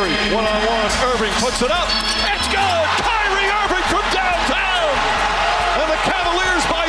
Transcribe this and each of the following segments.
Curry, one-on-one, Irving puts it up, it's good! Kyrie Irving from downtown! And the Cavaliers by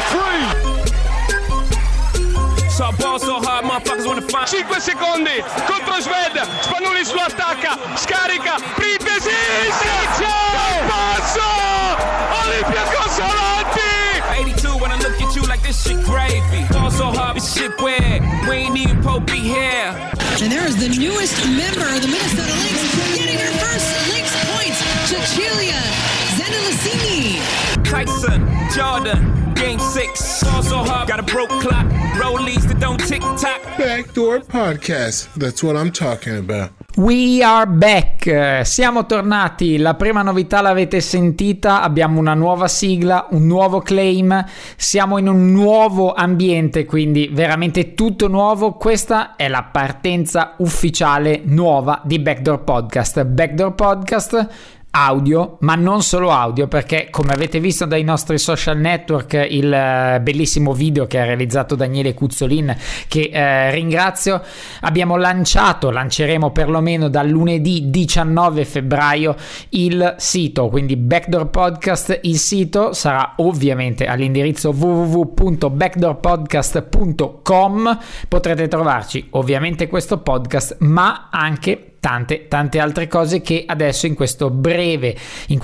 3! So ball so hard, motherfuckers wanna find 5 secondi contro Sved, Spanulis lo attacca, scarica, Printesi, passo, Olympiacos avanti! 82 when I look at you like this shit gravy. Ball so hard, this shit weird, we ain't even Pope be here. And there is the newest member of the Minnesota Lynx getting her first Lynx points, Cecilia Zendelicini. Tyson, Jordan, Game 6, ball so hard, got a broke clock, rollies that don't tick-tock. Backdoor Podcast, that's what I'm talking about. We are back, siamo tornati, la prima novità l'avete sentita, abbiamo una nuova sigla, un nuovo claim, siamo in un nuovo ambiente, quindi veramente tutto nuovo. Questa è la partenza ufficiale nuova di Backdoor Podcast. Backdoor Podcast audio, ma non solo audio, perché come avete visto dai nostri social network, il bellissimo video che ha realizzato Daniele Cuzzolin, che ringrazio, lanceremo perlomeno dal lunedì 19 febbraio il sito, quindi Backdoor Podcast. Il sito sarà ovviamente all'indirizzo www.backdoorpodcast.com. potrete trovarci ovviamente questo podcast, ma anche tante altre cose che adesso in questa breve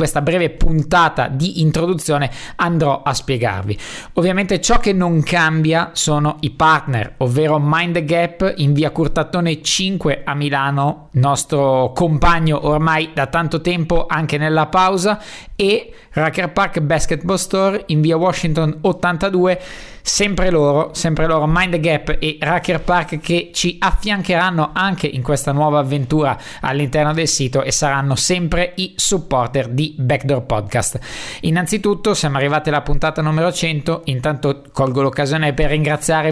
puntata di introduzione andrò a spiegarvi. Ovviamente ciò che non cambia sono i partner, ovvero Mind the Gap in via Curtatone 5 a Milano, nostro compagno ormai da tanto tempo anche nella pausa, e Rucker Park Basketball Store in via Washington 82, sempre loro Mind the Gap e Rucker Park, che ci affiancheranno anche in questa nuova avventura all'interno del sito e saranno sempre i supporter di Backdoor Podcast. Innanzitutto siamo arrivati alla puntata numero 100, intanto colgo l'occasione per ringraziare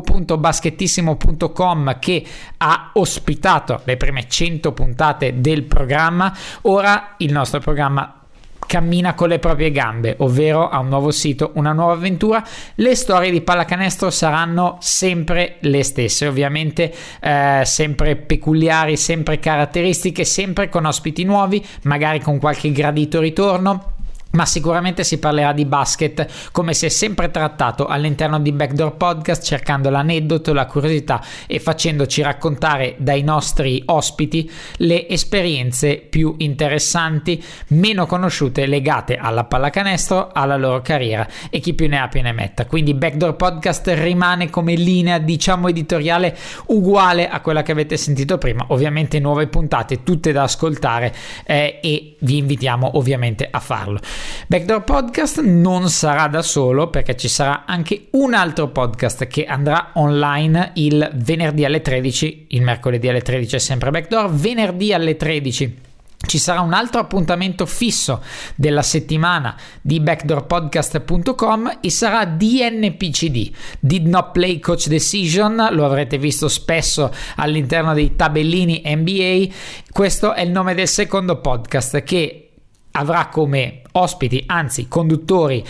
www.baschettissimo.com che ha ospitato le prime 100 puntate del programma. Ora il nostro programma cammina con le proprie gambe, ovvero ha un nuovo sito, una nuova avventura. Le storie di pallacanestro saranno sempre le stesse, ovviamente sempre peculiari, sempre caratteristiche, sempre con ospiti nuovi, magari con qualche gradito ritorno, ma sicuramente si parlerà di basket come si è sempre trattato all'interno di Backdoor Podcast, cercando l'aneddoto, la curiosità e facendoci raccontare dai nostri ospiti le esperienze più interessanti, meno conosciute, legate alla pallacanestro, alla loro carriera, e chi più ne ha più ne metta. Quindi Backdoor Podcast rimane come linea, diciamo, editoriale uguale a quella che avete sentito prima, ovviamente nuove puntate tutte da ascoltare e vi invitiamo ovviamente a farlo. Backdoor Podcast non sarà da solo, perché ci sarà anche un altro podcast che andrà online il venerdì alle 13, il mercoledì alle 13 è sempre Backdoor, venerdì alle 13 ci sarà un altro appuntamento fisso della settimana di backdoorpodcast.com e sarà DNPCD, Did Not Play Coach Decision, lo avrete visto spesso all'interno dei tabellini NBA. Questo è il nome del secondo podcast, che avrà come ospiti, anzi conduttori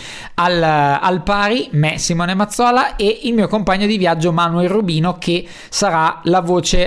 al pari, me, Simone Mazzola, e il mio compagno di viaggio Manuel Rubino, che sarà la voce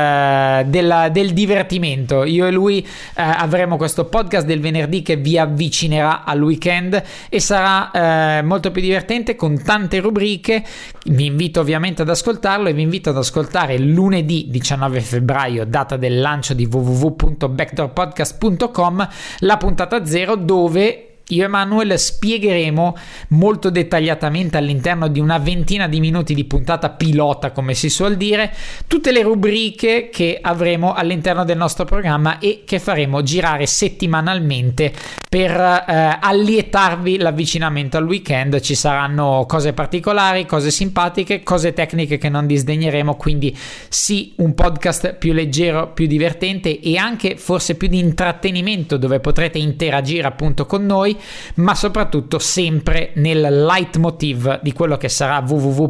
del divertimento. Io e lui avremo questo podcast del venerdì che vi avvicinerà al weekend e sarà molto più divertente, con tante rubriche. Vi invito ovviamente ad ascoltarlo e vi invito ad ascoltare lunedì 19 febbraio, data del lancio di www.backdoorpodcast.com, la puntata 0, dove io e Manuel spiegheremo molto dettagliatamente, all'interno di una ventina di minuti di puntata pilota, come si suol dire, tutte le rubriche che avremo all'interno del nostro programma e che faremo girare settimanalmente per allietarvi l'avvicinamento al weekend. Ci saranno cose particolari, cose simpatiche, cose tecniche che non disdegneremo, quindi sì, un podcast più leggero, più divertente e anche forse più di intrattenimento, dove potrete interagire appunto con noi, ma soprattutto sempre nel leitmotiv di quello che sarà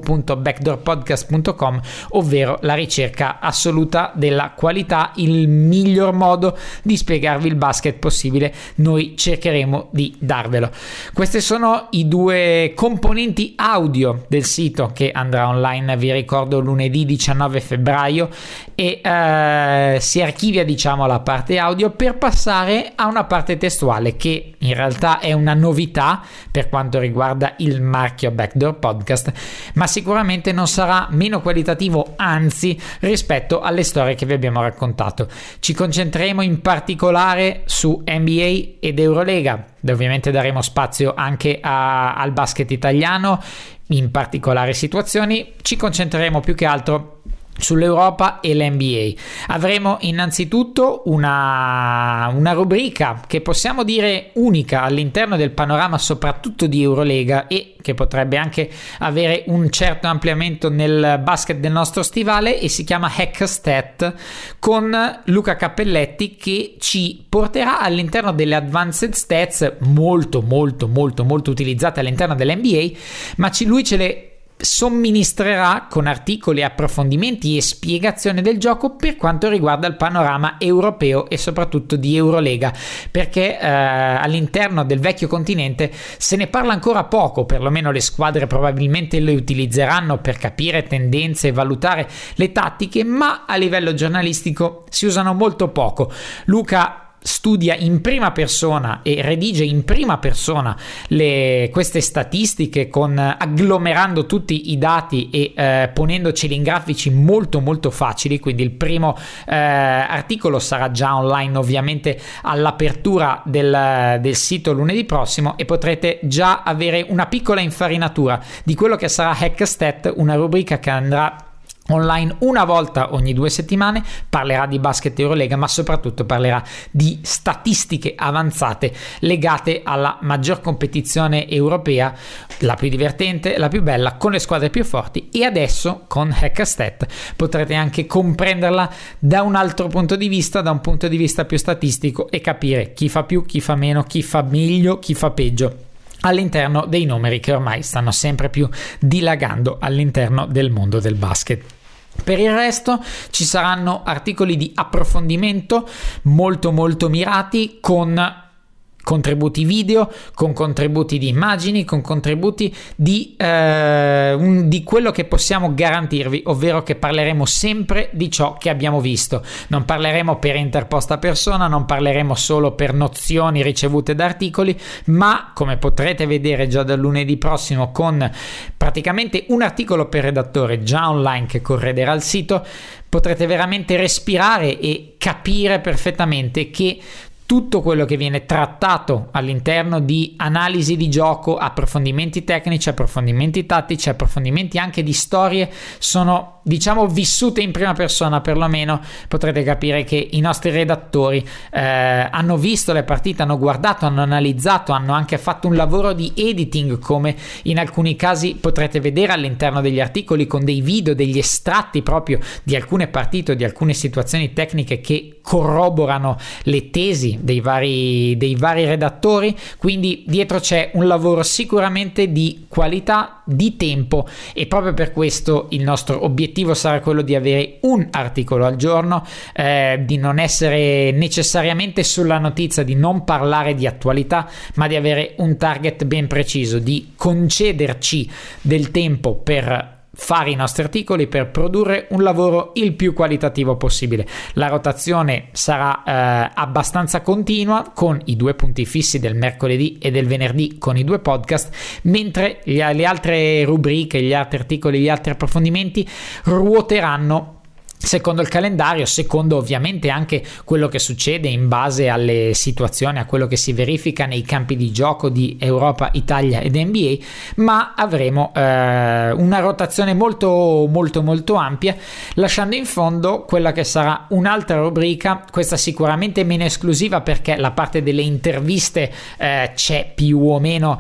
www.backdoorpodcast.com, ovvero la ricerca assoluta della qualità, il miglior modo di spiegarvi il basket possibile. Noi cercheremo di darvelo. Queste sono i due componenti audio del sito che andrà online, vi ricordo, lunedì 19 febbraio, e si archivia, diciamo, la parte audio per passare a una parte testuale che in realtà è una novità per quanto riguarda il marchio Backdoor Podcast, ma sicuramente non sarà meno qualitativo, anzi, rispetto alle storie che vi abbiamo raccontato. Ci concentreremo in particolare su NBA ed Eurolega, dove ovviamente daremo spazio anche al basket italiano in particolari situazioni. Ci concentreremo più che altro sull'Europa e l'NBA. Avremo innanzitutto una rubrica che possiamo dire unica all'interno del panorama soprattutto di Eurolega, e che potrebbe anche avere un certo ampliamento nel basket del nostro stivale, e si chiama Hack Stat, con Luca Cappelletti, che ci porterà all'interno delle Advanced Stats molto utilizzate all'interno dell'NBA, ma lui ce le somministrerà con articoli, approfondimenti e spiegazione del gioco per quanto riguarda il panorama europeo e soprattutto di Eurolega, perché all'interno del vecchio continente se ne parla ancora poco, perlomeno le squadre probabilmente le utilizzeranno per capire tendenze e valutare le tattiche, ma a livello giornalistico si usano molto poco. Luca studia in prima persona e redige in prima persona queste statistiche, agglomerando tutti i dati e ponendoceli in grafici molto facili. Quindi il primo articolo sarà già online ovviamente all'apertura del sito lunedì prossimo, e potrete già avere una piccola infarinatura di quello che sarà Hack Stat, una rubrica che andrà online una volta ogni 2 settimane, parlerà di basket Eurolega, ma soprattutto parlerà di statistiche avanzate legate alla maggior competizione europea, la più divertente, la più bella, con le squadre più forti. E adesso con Hack Stat potrete anche comprenderla da un altro punto di vista, da un punto di vista più statistico, e capire chi fa più, chi fa meno, chi fa meglio, chi fa peggio all'interno dei numeri che ormai stanno sempre più dilagando all'interno del mondo del basket. Per il resto ci saranno articoli di approfondimento molto mirati, con contributi video, con contributi di immagini, con contributi di quello che possiamo garantirvi, ovvero che parleremo sempre di ciò che abbiamo visto. Non parleremo per interposta persona, non parleremo solo per nozioni ricevute da articoli, ma come potrete vedere già dal lunedì prossimo, con praticamente un articolo per redattore già online che correderà al sito, potrete veramente respirare e capire perfettamente che tutto quello che viene trattato all'interno di analisi di gioco, approfondimenti tecnici, approfondimenti tattici, approfondimenti anche di storie, sono, diciamo, vissute in prima persona. Perlomeno potrete capire che i nostri redattori hanno visto le partite, hanno guardato, hanno analizzato, hanno anche fatto un lavoro di editing, come in alcuni casi potrete vedere all'interno degli articoli, con dei video, degli estratti proprio di alcune partite o di alcune situazioni tecniche che corroborano le tesi dei vari redattori. Quindi dietro c'è un lavoro sicuramente di qualità, di tempo, e proprio per questo il nostro obiettivo sarà quello di avere un articolo al giorno, di non essere necessariamente sulla notizia, di non parlare di attualità, ma di avere un target ben preciso, di concederci del tempo per fare i nostri articoli, per produrre un lavoro il più qualitativo possibile. La rotazione sarà abbastanza continua, con i 2 punti fissi del mercoledì e del venerdì con i 2 podcast, mentre le altre rubriche, gli altri articoli, gli altri approfondimenti ruoteranno secondo il calendario, secondo ovviamente anche quello che succede in base alle situazioni, a quello che si verifica nei campi di gioco di Europa, Italia ed NBA, ma avremo una rotazione molto ampia, lasciando in fondo quella che sarà un'altra rubrica, questa sicuramente meno esclusiva, perché la parte delle interviste c'è più o meno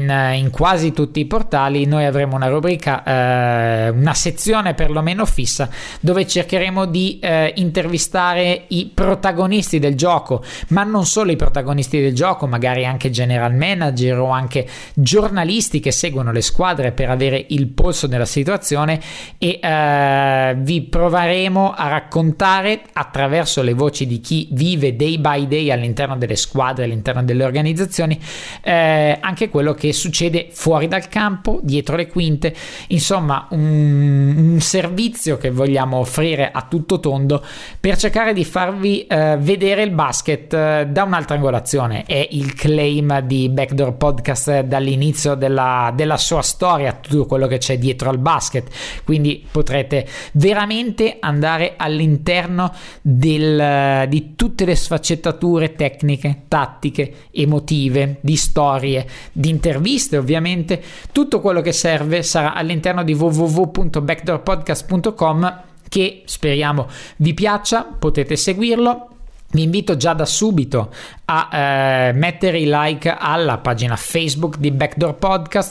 in quasi tutti i portali. Noi avremo una rubrica, una sezione perlomeno fissa, dove cercheremo cercheremo di intervistare i protagonisti del gioco, ma non solo i protagonisti del gioco, magari anche general manager o anche giornalisti che seguono le squadre per avere il polso della situazione, e vi proveremo a raccontare attraverso le voci di chi vive day by day all'interno delle squadre, all'interno delle organizzazioni, anche quello che succede fuori dal campo, dietro le quinte, insomma un servizio che vogliamo offrire a tutto tondo per cercare di farvi vedere il basket da un'altra angolazione. È il claim di Backdoor Podcast dall'inizio della sua storia, tutto quello che c'è dietro al basket, quindi potrete veramente andare all'interno di tutte le sfaccettature tecniche, tattiche, emotive, di storie, di interviste. Ovviamente tutto quello che serve sarà all'interno di www.backdoorpodcast.com, che speriamo vi piaccia. Potete seguirlo. Vi invito già da subito a mettere i like alla pagina Facebook di Backdoor Podcast,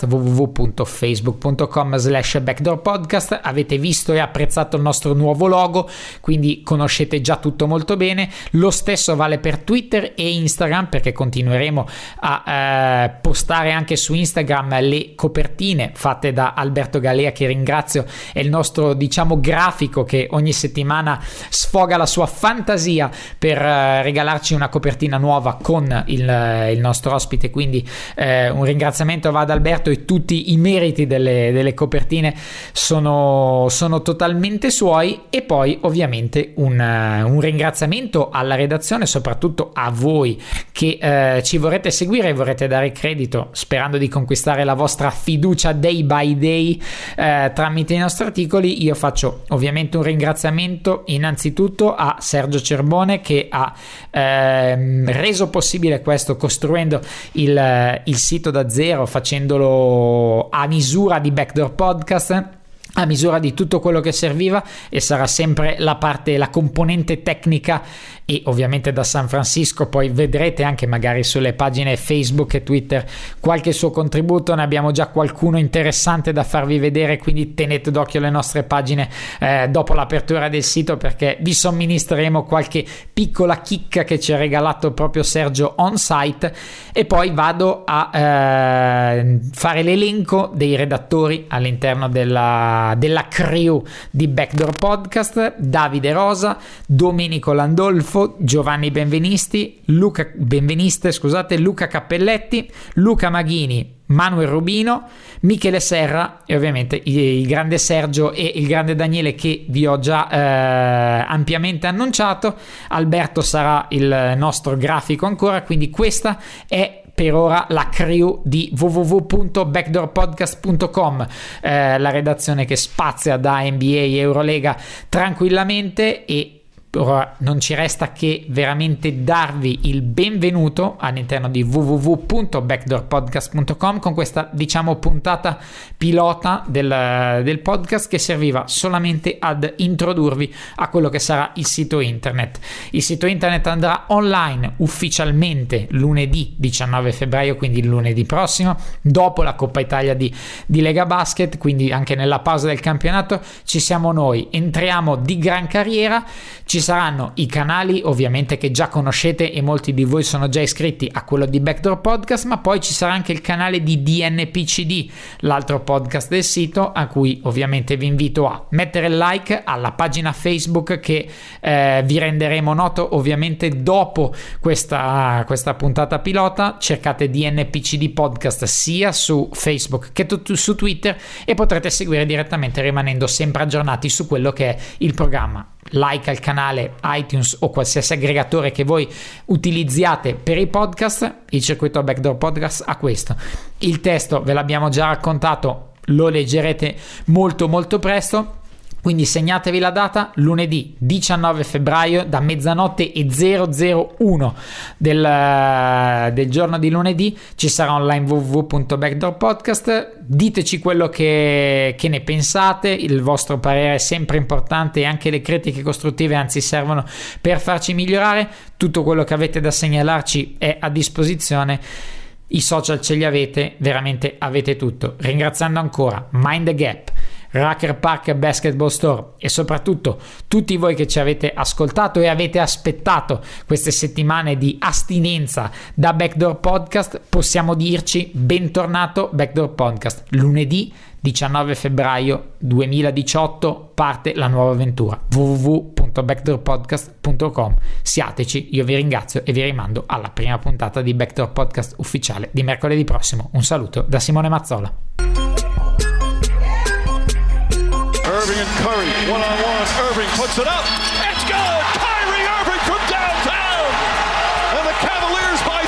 www.facebook.com/backdoorpodcast. Avete visto e apprezzato il nostro nuovo logo, quindi conoscete già tutto molto bene. Lo stesso vale per Twitter e Instagram, perché continueremo a postare anche su Instagram le copertine fatte da Alberto Galea, che ringrazio, è il nostro, diciamo, grafico che ogni settimana sfoga la sua fantasia per regalarci una copertina nuova con il nostro ospite, quindi un ringraziamento va ad Alberto, e tutti i meriti delle copertine sono totalmente suoi. E poi ovviamente un ringraziamento alla redazione, soprattutto a voi che ci vorrete seguire e vorrete dare credito, sperando di conquistare la vostra fiducia day by day tramite i nostri articoli. Io faccio ovviamente un ringraziamento innanzitutto a Sergio Cerbone, che ha reso possibile questo, costruendo il sito da zero, facendolo a misura di Backdoor Podcast, a misura di tutto quello che serviva, e sarà sempre la componente tecnica. E ovviamente da San Francisco poi vedrete anche magari sulle pagine Facebook e Twitter qualche suo contributo. Ne abbiamo già qualcuno interessante da farvi vedere, quindi tenete d'occhio le nostre pagine dopo l'apertura del sito, perché vi somministreremo qualche piccola chicca che ci ha regalato proprio Sergio on site. E poi vado a fare l'elenco dei redattori all'interno della crew di Backdoor Podcast: Davide Rosa, Domenico Landolfo, Giovanni Benveniste, Luca Cappelletti, Luca Maghini, Manuel Rubino, Michele Serra e ovviamente il grande Sergio e il grande Daniele, che vi ho già ampiamente annunciato. Alberto sarà il nostro grafico ancora, quindi questa è per ora la crew di www.backdoorpodcast.com, la redazione che spazia da NBA e Eurolega tranquillamente. E ora non ci resta che veramente darvi il benvenuto all'interno di www.backdoorpodcast.com con questa, diciamo, puntata pilota del podcast, che serviva solamente ad introdurvi a quello che sarà il sito internet. Il sito internet andrà online ufficialmente lunedì 19 febbraio, quindi lunedì prossimo, dopo la Coppa Italia di Lega Basket, quindi anche nella pausa del campionato ci siamo noi, entriamo di gran carriera. Ci saranno i canali ovviamente che già conoscete e molti di voi sono già iscritti a quello di Backdoor Podcast, ma poi ci sarà anche il canale di DNPCD, l'altro podcast del sito, a cui ovviamente vi invito a mettere il like, alla pagina Facebook che vi renderemo noto ovviamente dopo questa puntata pilota. Cercate DNPCD Podcast sia su Facebook che su Twitter e potrete seguire direttamente, rimanendo sempre aggiornati su quello che è il programma. Like al canale iTunes o qualsiasi aggregatore che voi utilizziate per i podcast. Il circuito Backdoor Podcast ha questo. Il testo ve l'abbiamo già raccontato, lo leggerete molto molto presto, quindi segnatevi la data: lunedì 19 febbraio da mezzanotte e 001 del giorno di lunedì ci sarà online www.backdoorpodcast. Diteci quello che ne pensate, il vostro parere è sempre importante, e anche le critiche costruttive anzi servono per farci migliorare. Tutto quello che avete da segnalarci è a disposizione, i social ce li avete, veramente avete tutto. Ringraziando ancora Mind the Gap, Rucker Park Basketball Store e soprattutto tutti voi che ci avete ascoltato e avete aspettato queste settimane di astinenza da Backdoor Podcast, possiamo dirci bentornato Backdoor Podcast. Lunedì 19 febbraio 2018 parte la nuova avventura, www.backdoorpodcast.com. Siateci, io vi ringrazio e vi rimando alla prima puntata di Backdoor Podcast ufficiale di mercoledì prossimo. Un saluto da Simone Mazzola. Irving and Curry, one-on-one. Irving puts it up. It's good! Kyrie Irving from downtown! And the Cavaliers by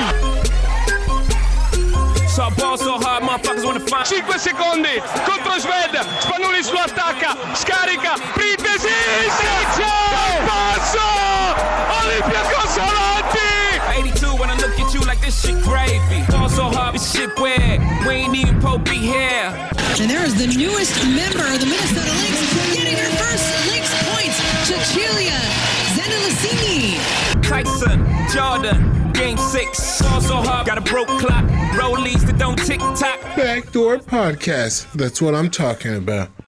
3. So ball so hard, motherfuckers wanna find 5 secondi contro Sved, Spanulis lo attacca, scarica, Printesi, passo, Olympiacos avanti! 82 when I look at you like this shit gravy. Ball so hard, this shit weird. We ain't even Pope be here. And there is the newest member of the Minnesota Lynx getting her first Lynx points, Cecilia Zendelicini. Tyson, Jordan, game 6. Ball so hard, got a broke clock. Rollies that don't tick tock. Backdoor Podcast. That's what I'm talking about.